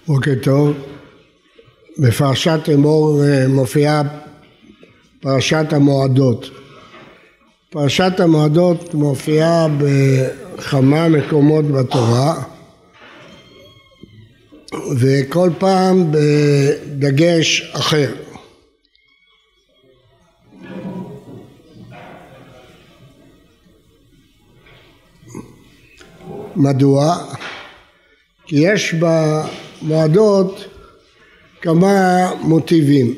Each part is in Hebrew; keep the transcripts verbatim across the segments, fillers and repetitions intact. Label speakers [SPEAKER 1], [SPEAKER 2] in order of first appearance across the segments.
[SPEAKER 1] בוקר טוב. בפרשת אמור מופיעה פרשת המועדות. פרשת המועדות מופיעה בכמה מקומות בתורה, וכל פעם בדגש אחר. מדוע? כי יש במועדות כמה מוטיבים.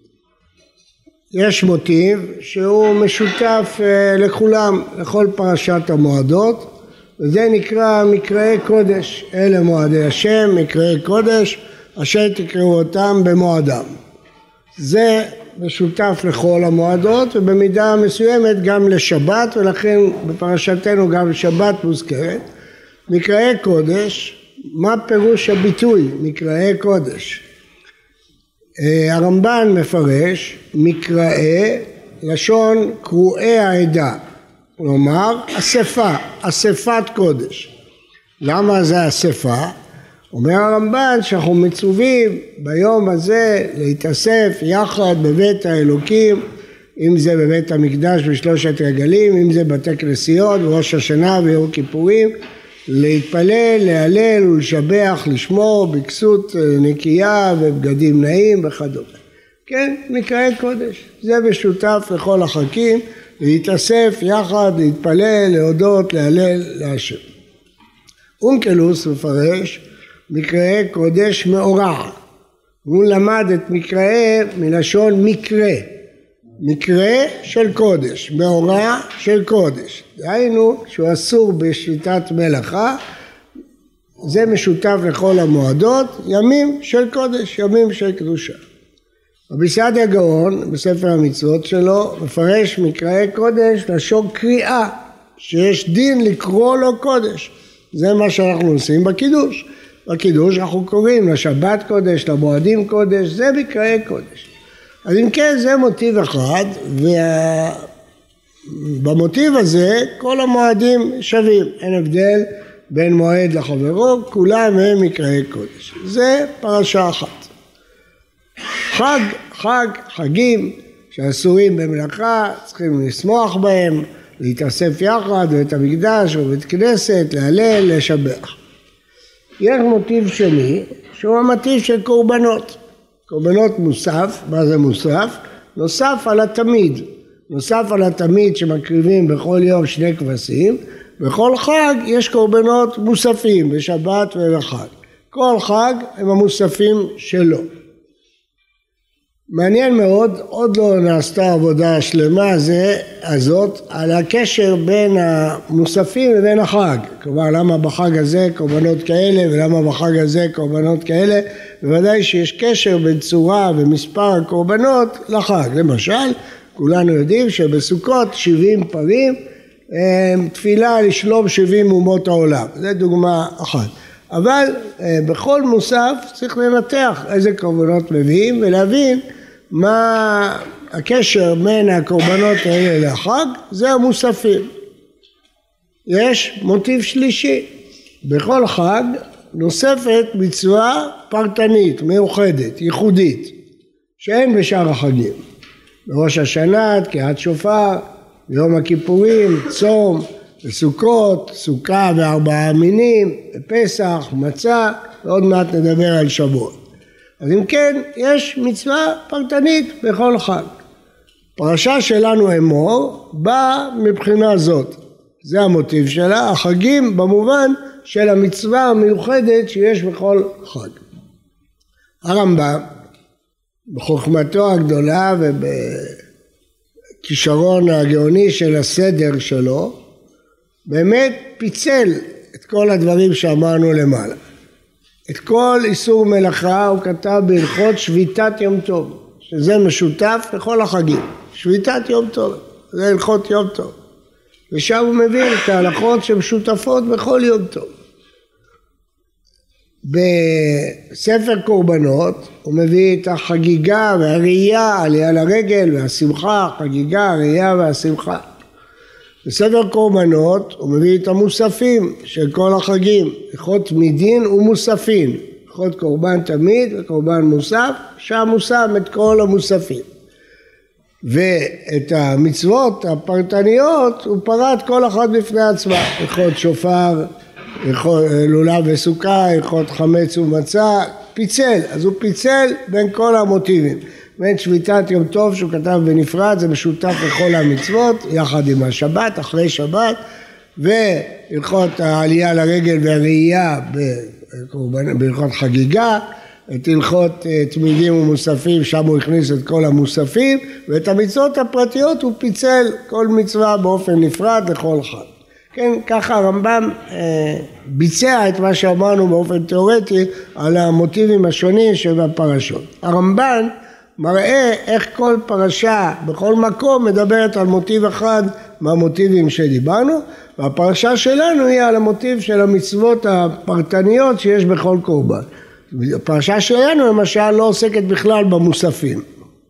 [SPEAKER 1] יש מוטיב שהוא משותף לכולם, לכל פרשת המועדות, וזה נקרא מקראי קודש. אלה מועדי השם, מקראי קודש, אשר תקראו אותם במועדם. זה משותף לכל המועדות, ובמידה מסוימת גם לשבת, ולכן בפרשתנו גם שבת מוזכרת. מקראי קודש, מה פירוש הביטוי מקראי קודש? הרמב"ן מפרש מקראי לשון קרואי העדה, כלומר אספה, אספת קודש. למה זה אספה? אומר הרמב"ן שאנחנו מצווים ביום הזה להתאסף יחד בבית האלוקים, אם זה בבית המקדש בשלושת רגלים, אם זה בתי כנסיות בראש השנה ויום כיפורים, להתפלל, להלל ולשבח, לשמור בכסות נקייה ובגדים נעים וכדומה. כן, מקראי קודש. זה משותף לכל החגים, להתאסף יחד, להתפלל, להודות, להלל להשם. אונקלוס מפרש מקראי קודש מאורע. הוא למד את מקראי מלשון מקרה. מקרה של קודש, מאורע של קודש. דהיינו שהוא אסור בשליטת מלאכה, זה משותף לכל המועדות, ימים של קודש, ימים של קדושה. רבי סעדיה גאון בספר המצוות שלו מפרש מקראי קודש לשון קריאה, שיש דין לקרוא לו קודש. זה מה שאנחנו עושים בקידוש. בקידוש אנחנו קוראים לשבת קודש, למועדים קודש, זה מקראי קודש. אז אם כן זה מוטיב אחד, ובמוטיב הזה כל המועדים שווים, אין הבדל בין מועד לחברו, כולם הם מקראי קודש. זה פרשה אחת. חג, חג, חגים שאסורים במלאכה, צריכים לשמוח בהם, להתאסף יחד בבית המקדש ובבית כנסת, להלל, לשבח. יש מוטיב שני, שהוא המוטיב של קורבנות. קורבנות מוסף, מה זה מוסף? נוסף על התמיד. נוסף על התמיד שמקריבים בכל יום שני כבשים, בכל חג יש קורבנות מוספים, בשבת ובחג. כל חג הם המוספים שלו. מעניין מאוד, עוד לא נעשתה עבודה שלמה הזה, הזאת, על הקשר בין המוספים לבין החג. כלומר, למה בחג הזה קורבנות כאלה ולמה בחג הזה קורבנות כאלה. בוודאי שיש קשר בין צורה ומספר הקורבנות לחג. למשל, כולנו יודעים שבסוכות שבעים פרים, תפילה לשלום שבעים אומות העולם. זו דוגמה אחת. אבל בכל מוסף צריך לנתח איזה קורבנות מביאים ולהבין מה הקשר בין הקורבנות האלה לחג, זה המוספים. יש מוטיב שלישי, בכל חג נוספת מצווה פרטנית, מיוחדת, ייחודית, שאין בשאר החגים. בראש השנה, תקיעת שופר, ביום הכיפורים, צום, בסוכות, סוכה וארבעה מינים, בפסח, מצה, ועוד מעט נדבר על שבועות. אז אם כן, יש מצווה פרטנית בכל חג. פרשה שלנו אמור באה מבחינה זאת. זה המוטיב שלה, החגים במובן של המצווה המיוחדת שיש בכל חג. הרמב"ם, בחוכמתו הגדולה ובכישרון הגאוני של הסדר שלו, באמת פיצל את כל הדברים שאמרנו למעלה. את כל איסור מלאכה הוא כתב בהלכות שביתת יום טוב, שזה משותף לכל החגים. שביתת יום טוב, זה הלכות יום טוב. ושם הוא מביא את ההלכות שמשותפות בכל יום טוב. בספר קורבנות הוא מביא את החגיגה והראייה, עלייה לרגל והשמחה, חגיגה, הראייה והשמחה. בספר קורבנות הוא מביא את המוספים של כל החגים, הלכות מדין ומוספין, הלכות קורבן תמיד וקורבן מוסף, שם שם את כל המוספים. ואת המצוות הפרטניות הוא פרט כל אחד בפני עצמה, הלכות שופר, הלכות לולב וסוכה, הלכות חמץ ומצה, פיצל, אז הוא פיצל בין כל המוטיבים. בין שביתת יום טוב שהוא כתב בנפרד, זה משותף לכל המצוות, יחד עם השבת, אחרי שבת, והלכות העלייה לרגל והראייה בהלכות חגיגה, את הלכות תמידים ומוספים, שם הוא הכניס את כל המוספים, ואת המצוות הפרטיות הוא פיצל כל מצווה באופן נפרד לכל אחד. כן, ככה הרמב"ם אה, ביצע את מה שאמרנו באופן תיאורטי על המוטיבים השונים שבפרשות. הרמב"ן מראה איך כל פרשה בכל מקום מדברת על מוטיב אחד מהמוטיבים שדיברנו, והפרשה שלנו היא על המוטיב של המצוות הפרטניות שיש בכל קורבן. הפרשה שלנו למשל לא עוסקת בכלל במוספים.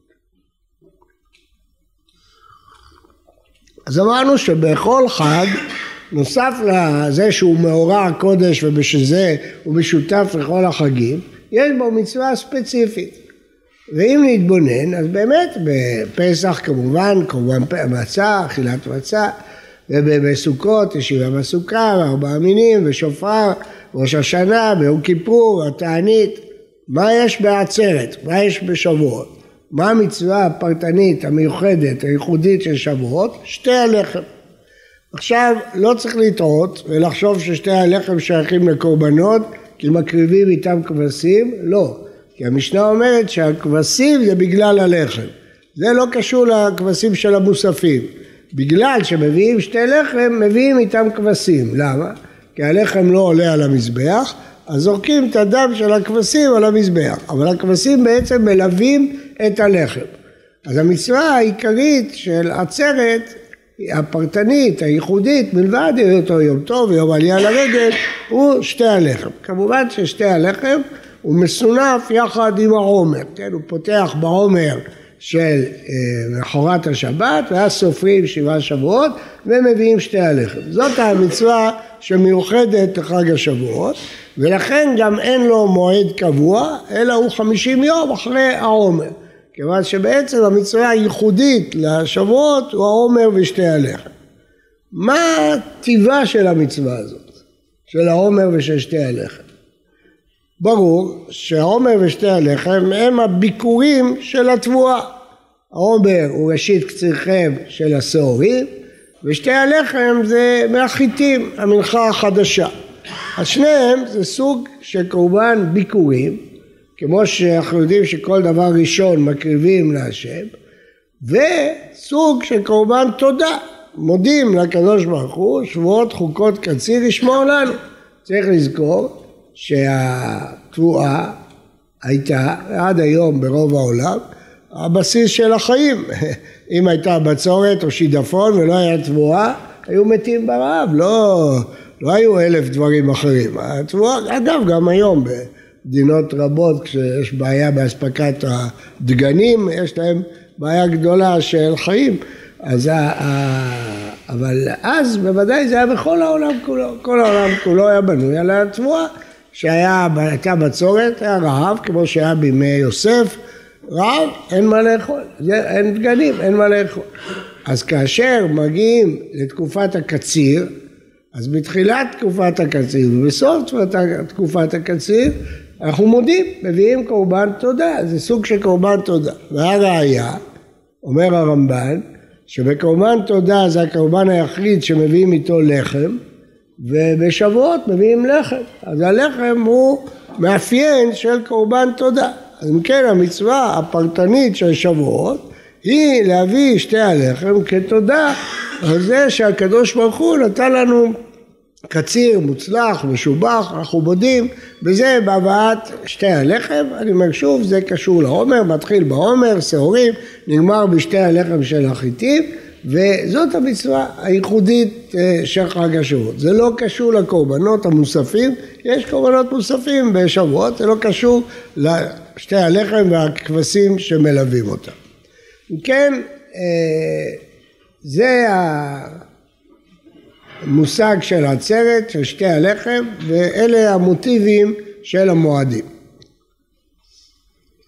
[SPEAKER 1] אז אמרנו שבכל חג, נוסף לזה שהוא מאורע הקודש ובשביל זה הוא משותף לכל החגים, יש בו מצווה ספציפית. ואם נתבונן, אז באמת בפסח כמובן, קורבן מצה, אכילת מצה, ובסוכות, ישיבה בסוכה, ארבעה מינים, ושופר, ראש השנה, ביום כיפור, התענית. מה יש בעצרת? מה יש בשבועות? מה המצווה הפרטנית, המיוחדת, הייחודית של שבועות? שתי הלחם. עכשיו, לא צריך לטעות ולחשוב ששתי הלחם שייכים לקורבנות, כי מקריבים איתם כבשים, לא. כי המשנה אומרת שהכבשים זה בגלל הלחם. זה לא קשור לכבשים של המוספים. בגלל שמביאים שתי לחם, מביאים איתם כבשים. למה? כי הלחם לא עולה על המזבח, אז זורקים את הדם של הכבשים על המזבח. אבל הכבשים בעצם מלווים את הלחם. אז המצווה העיקרית של עצרת, הפרטנית, הייחודית, מלבד אותו יום טוב ויום עלייה לרגל, הוא שתי הלחם. כמובן ששתי הלחם הוא מסונף יחד עם העומר. כן? הוא פותח בעומר של מחרת השבת, ואז סופרים שבעה שבועות, ומביאים שתי הלחם. זאת המצווה שמיוחדת לחג השבועות, ולכן גם אין לו מועד קבוע, אלא הוא חמישים יום אחרי העומר. כיוון שבעצם המצווה הייחודית לשבועות הוא העומר ושתי הלחם. מה הטבעה של המצווה הזאת? של העומר ושל שתי הלחם? ברור שהעומר ושתי הלחם הם הביקורים של התבואה. העומר הוא ראשית קצירכם של השעורים, ושתי הלחם זה מהחיטים, המנחה החדשה. אז שניהם זה סוג של קורבן ביקורים, כמו שאנחנו יודעים שכל דבר ראשון מקריבים להשם, וסוג של קורבן תודה, מודים לקדוש ברוך הוא, שבועות חוקות קציר ישמור לנו. צריך לזכור שהתבואה הייתה עד היום ברוב העולם הבסיס של החיים. אם הייתה בצורת או שידפון ולא היה תבואה, היו מתים ברעב, לא, לא היו אלף דברים אחרים. התבואה, אגב, גם היום במדינות רבות כשיש בעיה בהספקת הדגנים, יש להם בעיה גדולה של חיים. אז, אבל אז בוודאי זה היה בכל העולם כולו, כל העולם כולו היה בנוי על התבואה. שהייתה בצורת, היה רעב, כמו שהיה בימי יוסף, רעב, אין מה לאכול, אין דגנים, אין מה לאכול. אז כאשר מגיעים לתקופת הקציר, אז בתחילת תקופת הקציר ובסוף תקופת הקציר, אנחנו מודים, מביאים קורבן תודה, זה סוג של קורבן תודה. והראיה, אומר הרמב"ן, שבקורבן תודה זה הקורבן היחיד שמביאים איתו לחם, ובשבועות מביאים לחם. אז הלחם הוא מאפיין של קורבן תודה. אז אם כן המצווה הפרטנית של שבועות היא להביא שתי הלחם כתודה על זה שהקדוש ברוך הוא נתן לנו קציר מוצלח משובח, אנחנו מודים בזה בהבאת שתי הלחם. אני אומר שוב, זה קשור לעומר, מתחיל בעומר, שעורים, נגמר בשתי הלחם של החיטים, וזאת המצווה הייחודית של חג השבועות. זה לא קשור לקורבנות המוספים, יש קורבנות מוספים בשבועות, זה לא קשור לשתי הלחם והכבשים שמלווים אותם. כן, זה המושג של עצרת, של שתי הלחם, ואלה המוטיבים של המועדים.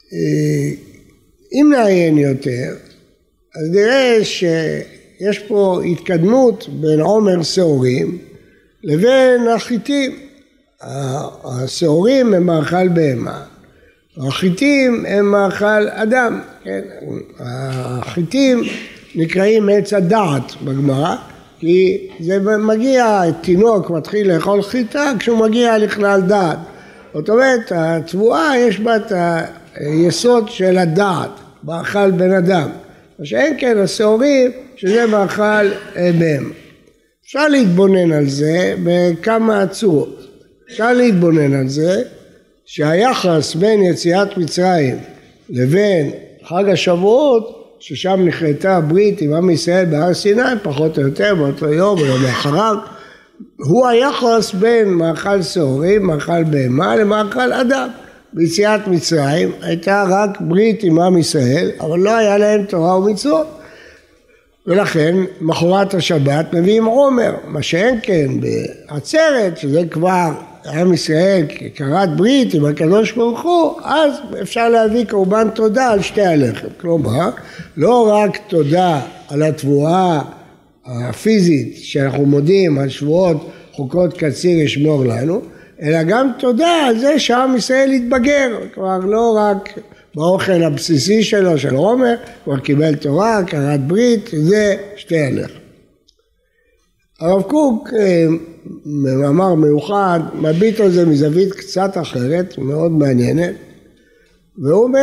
[SPEAKER 1] אם נעיין יותר, אז נראה שיש פה התקדמות בין עומר שעורים לבין החיטים. השעורים הם מאכל בהמה, החיטים הם מאכל אדם. כן? החיטים נקראים עץ הדעת בגמרא, כי זה מגיע, תינוק מתחיל לאכול חיטה כשהוא מגיע לכלל דעת. זאת אומרת, התבואה יש בה את היסוד של הדעת, מאכל בן אדם. מה שאין כן, השעורים, שזה מאכל בהמה. אפשר להתבונן על זה בכמה צורות. אפשר להתבונן על זה שהיחס בין יציאת מצרים לבין חג השבועות, ששם נחרטה הברית עם עם ישראל בהר סיני, פחות או יותר באותו יום או יום אחריו, הוא היחס בין מאכל שעורים, מאכל בהמה, למאכל אדם. ביציאת מצרים הייתה רק ברית עם עם ישראל, אבל לא היה להם תורה ומצוות. ולכן מחרת השבת מביאים עומר, מה שאין כן בעצרת, שזה כבר עם ישראל כרת ברית עם הקדוש ברוך הוא, אז אפשר להביא קורבן תודה על שתי הלחם. כלומר, לא רק תודה על התבואה הפיזית שאנחנו מודים על שבועות חוקות קציר ישמור לנו, אלא גם תודה על זה שעם ישראל יתבגר, כלומר לא רק באוכל הבסיסי שלו של עומר, כבר קיבל תורה, קרת ברית, זה שתי הלחם. הרב קוק במאמר מיוחד מביט על זה מזווית קצת אחרת, מאוד מעניינת, והוא אומר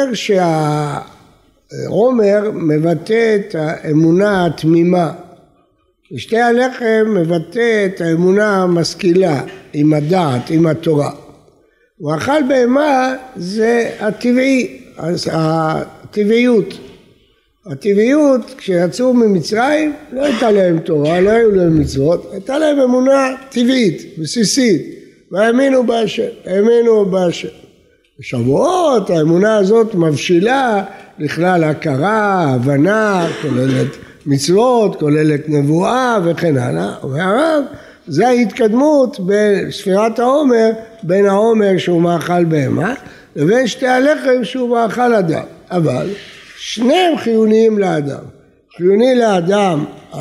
[SPEAKER 1] שהעומר מבטא את האמונה התמימה, שתי הלחם מבטא את האמונה המשכילה, עם הדעת, עם התורה. ואכל בהמה זה הטבעי, הטבעיות. הטבעיות, כשיצאו ממצרים, לא הייתה להם תורה, לא היו להם מצוות, הייתה להם אמונה טבעית, בסיסית, והאמינו בהשם, האמינו בהשם. בשבועות האמונה הזאת מבשילה לכלל הכרה, הבנה, כוללת מצוות, כוללת נבואה וכן הלאה. והרב, זה ההתקדמות בספירת העומר, בין העומר שהוא מאכל בהמה, לבין שתי הלחם שהוא מאכל אדם. אבל שניהם חיוניים לאדם. חיוני לאדם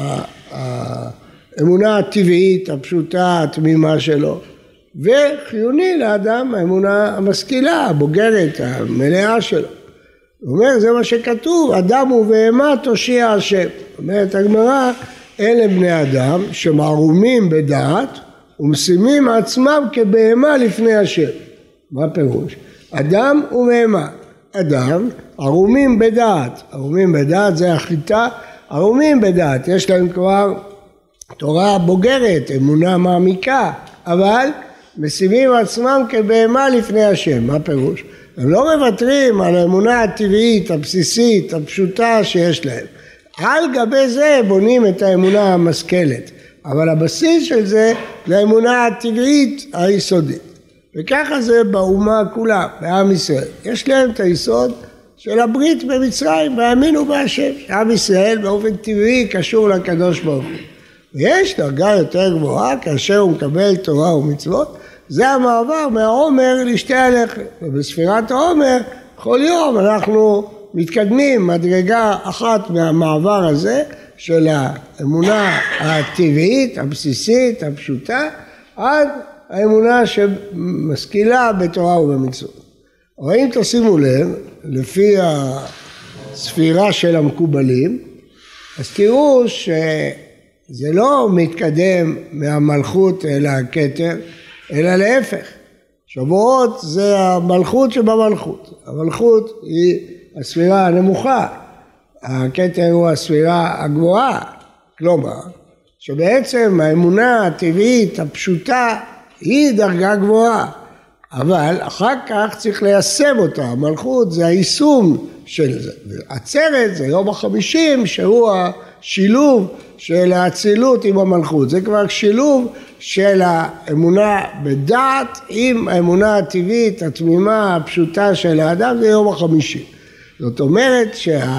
[SPEAKER 1] האמונה הטבעית, הפשוטה, התמימה שלו, וחיוני לאדם האמונה המשכילה, הבוגרת, המלאה שלו. הוא אומר, זה מה שכתוב, אדם ובהמה תושיע השם. אומרת הגמרא, אלה בני אדם שמערומים בדעת ומשימים עצמם כבהמה לפני השם. מה פירוש? אדם ובהמה. אדם ערומים בדעת, ערומים בדעת זה החיטה, ערומים בדעת, יש להם כבר תורה בוגרת, אמונה מעמיקה, אבל משימים עצמם כבהמה לפני השם. מה פירוש? הם לא מוותרים על האמונה הטבעית, הבסיסית, הפשוטה שיש להם. על גבי זה בונים את האמונה המשכלת, אבל הבסיס של זה זה האמונה הטבעית היסודית. וככה זה באומה כולה, בעם ישראל. יש להם את היסוד של הברית במצרים, והאמינו בהשם. עם ישראל באופן טבעי קשור לקדוש ברוך הוא. ויש דרגה יותר גבוהה, כאשר הוא מקבל תורה ומצוות, זה המעבר מהעומר לשתי הלחם. ובספירת העומר, כל יום אנחנו מתקדמים מדרגה אחת מהמעבר הזה, של האמונה הטבעית, הבסיסית, הפשוטה, עד האמונה שמשכילה בתורה ובמצוות. אבל אם תשימו לב, לפי הספירה של המקובלים, אז תראו שזה לא מתקדם מהמלכות אל הכתר, אלא להפך. שבועות זה המלכות שבמלכות. המלכות היא הספירה הנמוכה, הכתר הוא הספירה הגבוהה. כלומר, שבעצם האמונה הטבעית הפשוטה היא דרגה גבוהה, אבל אחר כך צריך ליישם אותה. המלכות זה היישום של זה. עצרת זה יום החמישים שהוא השילוב של האצילות עם המלכות. זה כבר שילוב של האמונה בדעת עם האמונה הטבעית, התמימה, הפשוטה של האדם, זה יום החמישים. זאת אומרת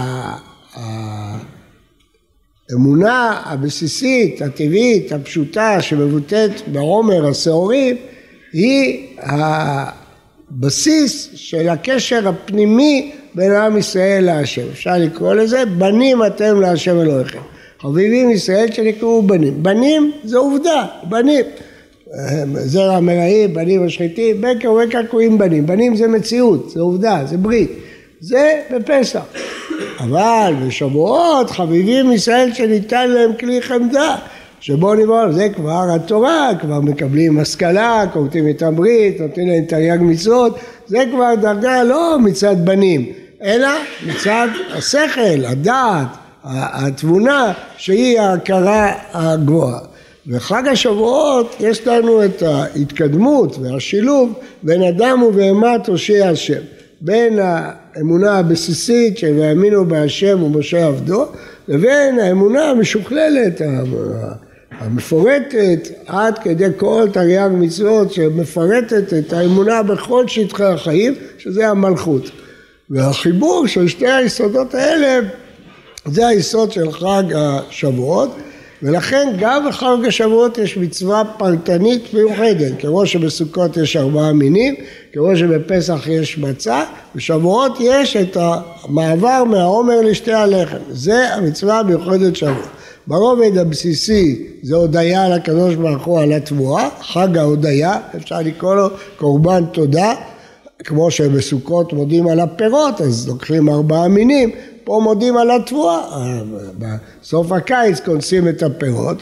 [SPEAKER 1] שהאמונה הבסיסית, הטבעית, הפשוטה, שמבוטאת בעומר השעורים, היא הבסיס של הקשר הפנימי בין עם ישראל להשם. אפשר לקרוא לזה, בנים אתם להשם אלוהיכם. חביבים ישראל שנקראו בנים. בנים זה עובדה, בנים. זרע מרעים, בנים השחיתים, בקר ובקר קוראים בנים. בנים זה מציאות, זה עובדה, זה ברית. זה בפסח. אבל בשבועות חביבים ישראל שניתן להם כלי חמדה. שבו נברא, זה כבר התורה, כבר מקבלים השכלה, קוראים איתם ברית, נותנים להם תרי"ג מצוות, זה כבר דרגה לא מצד בנים, אלא מצד השכל, הדעת, התבונה, שהיא ההכרה הגבוהה. וחג השבועות יש לנו את ההתקדמות והשילוב בין אדם ובהמה תושיע השם, בין האמונה הבסיסית של והאמינו בהשם ומשה עבדו, לבין האמונה המשוכללת, המפורטת עד כדי כל תרי"ג מצוות, שמפרטת את האמונה בכל שטחי החיים, שזה המלכות. והחיבור של שתי היסודות האלה, זה היסוד של חג השבועות, ולכן גם בחג השבועות יש מצווה פרטנית מיוחדת, כמו שבסוכות יש ארבעה מינים, כמו שבפסח יש מצה, בשבועות יש את המעבר מהעומר לשתי הלחם, זה המצווה המיוחדת שבועות. ברובד הבסיסי זה הודיה לקדוש ברוך הוא על התבואה, חג ההודיה, אפשר לקרוא לו קורבן תודה, כמו שבסוכות מודים על הפירות, אז לוקחים ארבעה מינים, פה מודים על התבואה, בסוף הקיץ כונסים את הפירות,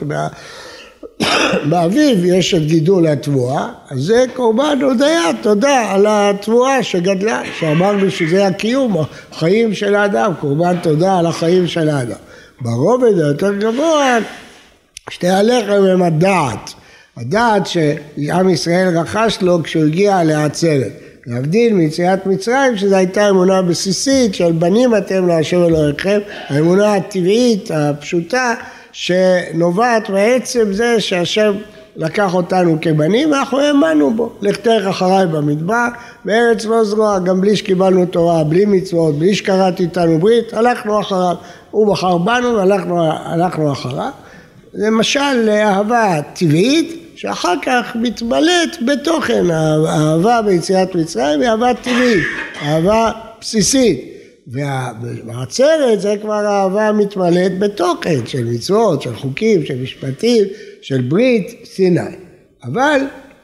[SPEAKER 1] באביב יש את גידול התבואה, אז זה קורבן הודיה, תודה על התבואה שגדלה, שאמרנו שזה הקיום, החיים של האדם, קורבן תודה על החיים של האדם. ברובד היותר גבוה, שתי הלחם הם הדעת, הדעת שעם ישראל רכש לו כשהוא הגיע לעצרת. להבדיל מיציאת מצרים, שזו הייתה אמונה בסיסית של בנים אתם להשם אלוהיכם, האמונה הטבעית, הפשוטה, שנובעת בעצם זה שהשם לקח אותנו כבנים, ואנחנו האמנו בו. לכתך אחריי במדבר, בארץ לא זרוע, גם בלי שקיבלנו תורה, בלי מצוות, בלי שקראת איתנו ברית, הלכנו אחריו. הוא בחר בנו והלכנו הלכנו אחריו. זה משל לאהבה טבעית, שאחר כך מתמלאת בתוכן. האהבה ביציאת מצרים היא אהבה טבעית, אהבה בסיסית. והעצרת זה כבר אהבה מתמלאת בתוכן של מצוות, של חוקים, של משפטים, של ברית, סיני. אבל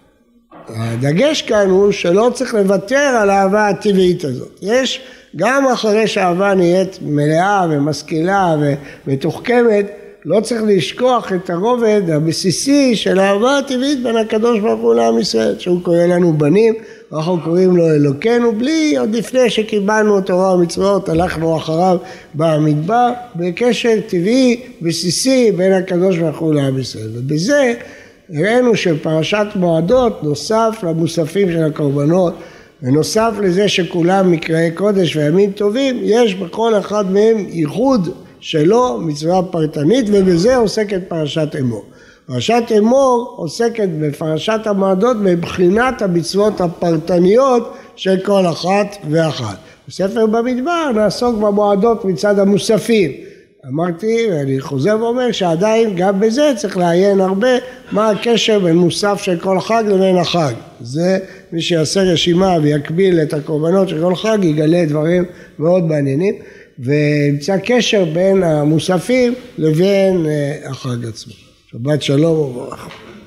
[SPEAKER 1] הדגש כאן הוא שלא צריך לוותר על האהבה הטבעית הזאת. יש, גם אחרי שהאהבה נהיית מלאה ומשכילה ומתוחכמת, לא צריך לשכוח את הרובד הבסיסי של האהבה הטבעית בין הקדוש ברוך הוא לעם ישראל, שהוא קורא לנו בנים, ואנחנו קוראים לו אלוקינו, בלי, עוד לפני שקיבלנו תורה ומצוות, הלכנו אחריו במדבר, בקשר טבעי בסיסי בין הקדוש ברוך הוא לעם ישראל. ובזה הראינו שפרשת מועדות נוסף למוספים של הקורבנות, ונוסף לזה שכולם מקראי קודש וימים טובים, יש בכל אחד מהם ייחוד שלו, מצווה פרטנית, ובזה עוסקת פרשת אמור. פרשת אמור עוסקת בפרשת המועדות בבחינת המצוות הפרטניות של כל אחת ואחת. בספר במדבר נעסוק במועדות מצד המוספים. אמרתי, ואני חוזר ואומר, שעדיין גם בזה צריך לעיין הרבה מה הקשר בין מוסף של כל חג לבין החג. זה מי שיעשה רשימה ויקביל את הקורבנות של כל חג, יגלה דברים מאוד מעניינים. וימצא קשר בין המוספים לבין החג עצמו. שבת שלום וברכה.